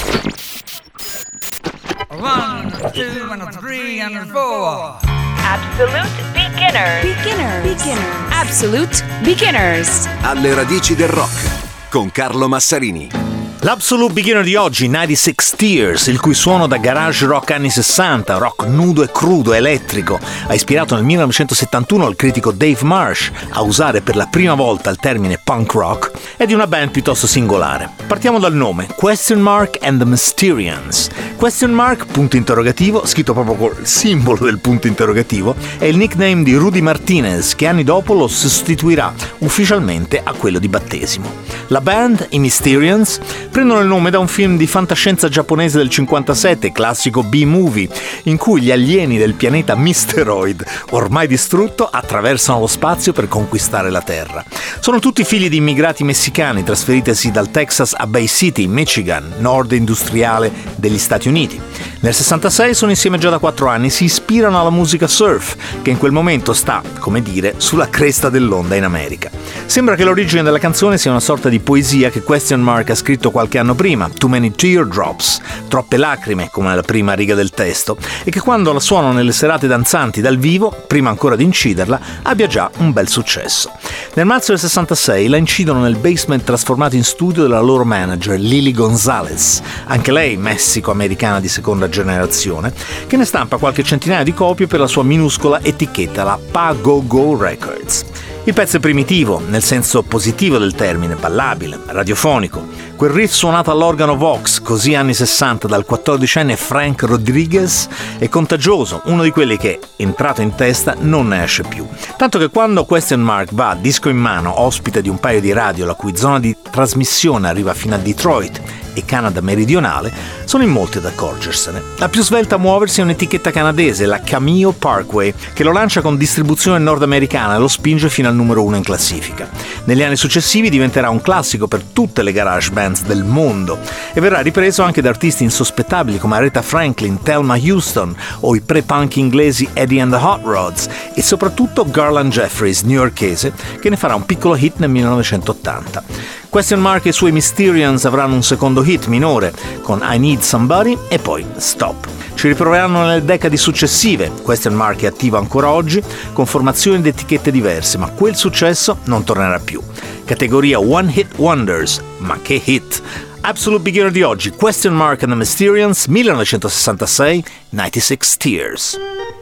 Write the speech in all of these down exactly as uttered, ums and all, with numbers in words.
One, two, and three, and four. Absolute beginners. Beginners. Beginners. Absolute beginners. Alle radici del rock con Carlo Massarini. L'Absolute Beginner di oggi, novantasei Tears, il cui suono da garage rock anni sessanta, rock nudo e crudo, elettrico, ha ispirato nel millenovecentosettantuno il critico Dave Marsh a usare per la prima volta il termine punk rock, è di una band piuttosto singolare. Partiamo dal nome, Question Mark and the Mysterians. Question Mark, punto interrogativo, scritto proprio col simbolo del punto interrogativo, è il nickname di Rudy Martinez, che anni dopo lo sostituirà ufficialmente a quello di battesimo. La band, i Mysterians, prendono il nome da un film di fantascienza giapponese del cinquantasette, classico B-movie, in cui gli alieni del pianeta Mysteroid, ormai distrutto, attraversano lo spazio per conquistare la Terra. Sono tutti figli di immigrati messicani trasferitesi dal Texas a Bay City, Michigan, nord industriale degli Stati Uniti. Nel sessantasei sono insieme già da quattro anni, si ispirano alla musica surf, che in quel momento sta, come dire, sulla cresta dell'onda in America. Sembra che l'origine della canzone sia una sorta di poesia che Question Mark ha scritto qualche anno prima, Too Many Teardrops, troppe lacrime, come la prima riga del testo, e che quando la suonano nelle serate danzanti dal vivo, prima ancora di inciderla, abbia già un bel successo. Nel marzo del sessantasei la incidono nel basement trasformato in studio della loro manager Lily Gonzalez, anche lei messico-americana di seconda generazione, che ne stampa qualche centinaia di copie per la sua minuscola etichetta, la Pago Go Records. Il pezzo è primitivo, nel senso positivo del termine, ballabile, radiofonico. Quel riff suonato all'organo Vox, così anni sessanta, dal quattordicenne Frank Rodriguez, è contagioso, uno di quelli che, entrato in testa, non ne esce più. Tanto che quando Question Mark va, disco in mano, ospite di un paio di radio la cui zona di trasmissione arriva fino a Detroit e Canada meridionale, sono in molti ad accorgersene. La più svelta a muoversi è un'etichetta canadese, la Cameo Parkway, che lo lancia con distribuzione nordamericana e lo spinge fino al numero uno in classifica. Negli anni successivi diventerà un classico per tutte le garage bands del mondo e verrà ripreso anche da artisti insospettabili come Aretha Franklin, Thelma Houston o i pre-punk inglesi Eddie and the Hot Rods e soprattutto Garland Jeffries, newyorkese, che ne farà un piccolo hit nel millenovecentottanta. Question Mark e i suoi Mysterians avranno un secondo hit minore con I Need Somebody e poi Stop. Ci riproveranno nelle decadi successive. Question Mark è attivo ancora oggi con formazioni ed etichette diverse, ma quel successo non tornerà più. Categoria One Hit Wonders, ma che hit! Absolute Beginner di oggi, Question Mark and the Mysterians, millenovecentosessantasei, novantasei Tears.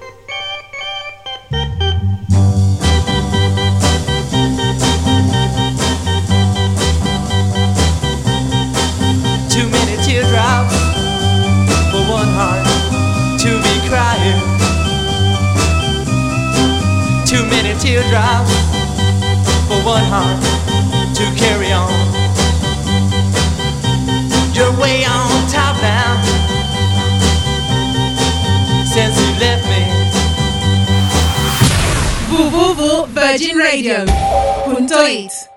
Teardrops for one heart to be crying. Too many teardrops for one heart to carry on. You're way on top now since you left me. w w w punto virgin radio punto it